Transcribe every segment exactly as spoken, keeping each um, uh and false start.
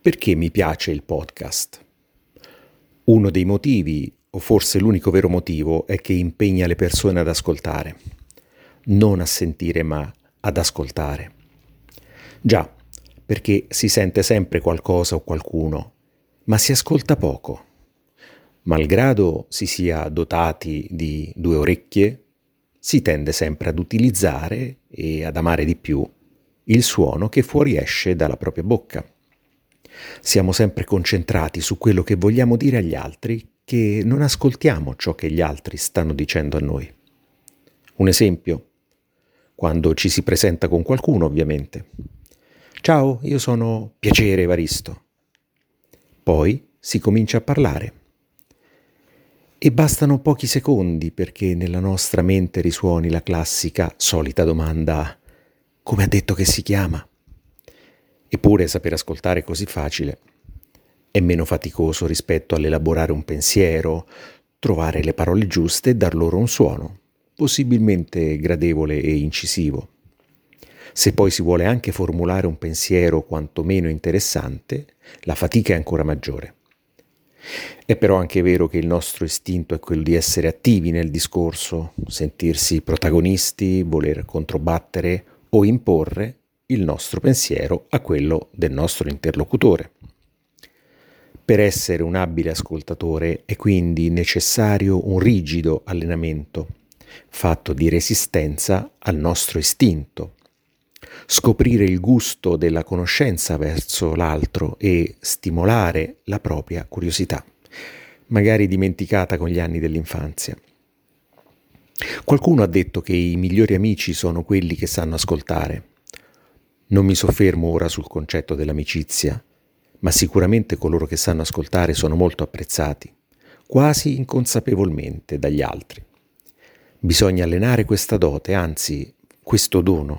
Perché mi piace il podcast? Uno dei motivi, o forse l'unico vero motivo, è che impegna le persone ad ascoltare. Non a sentire, ma ad ascoltare. Già, perché si sente sempre qualcosa o qualcuno, ma si ascolta poco. Malgrado si sia dotati di due orecchie, si tende sempre ad utilizzare e ad amare di più il suono che fuoriesce dalla propria bocca. Siamo sempre concentrati su quello che vogliamo dire agli altri, che non ascoltiamo ciò che gli altri stanno dicendo a noi. Un esempio? Quando ci si presenta con qualcuno, ovviamente. Ciao, io sono Piacere Evaristo. Poi si comincia a parlare. E bastano pochi secondi perché nella nostra mente risuoni la classica, solita domanda: come ha detto che si chiama? Eppure saper ascoltare è così facile. È meno faticoso rispetto all'elaborare un pensiero, trovare le parole giuste e dar loro un suono, possibilmente gradevole e incisivo. Se poi si vuole anche formulare un pensiero quantomeno interessante, la fatica è ancora maggiore. È però anche vero che il nostro istinto è quello di essere attivi nel discorso, sentirsi protagonisti, voler controbattere o imporre il nostro pensiero a quello del nostro interlocutore. Per essere un abile ascoltatore è quindi necessario un rigido allenamento, fatto di resistenza al nostro istinto, scoprire il gusto della conoscenza verso l'altro e stimolare la propria curiosità, magari dimenticata con gli anni dell'infanzia. Qualcuno ha detto che i migliori amici sono quelli che sanno ascoltare. Non mi soffermo ora sul concetto dell'amicizia, ma sicuramente coloro che sanno ascoltare sono molto apprezzati, quasi inconsapevolmente dagli altri. Bisogna allenare questa dote, anzi, questo dono.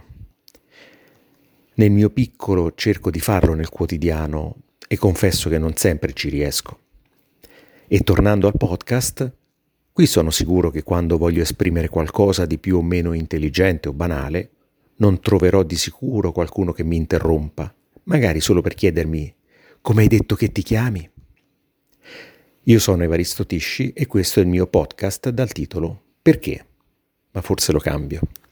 Nel mio piccolo cerco di farlo nel quotidiano e confesso che non sempre ci riesco. E tornando al podcast, qui sono sicuro che quando voglio esprimere qualcosa di più o meno intelligente o banale, non troverò di sicuro qualcuno che mi interrompa, magari solo per chiedermi: come hai detto che ti chiami? Io sono Evaristo Tisci e questo è il mio podcast dal titolo Perché? Ma forse lo cambio.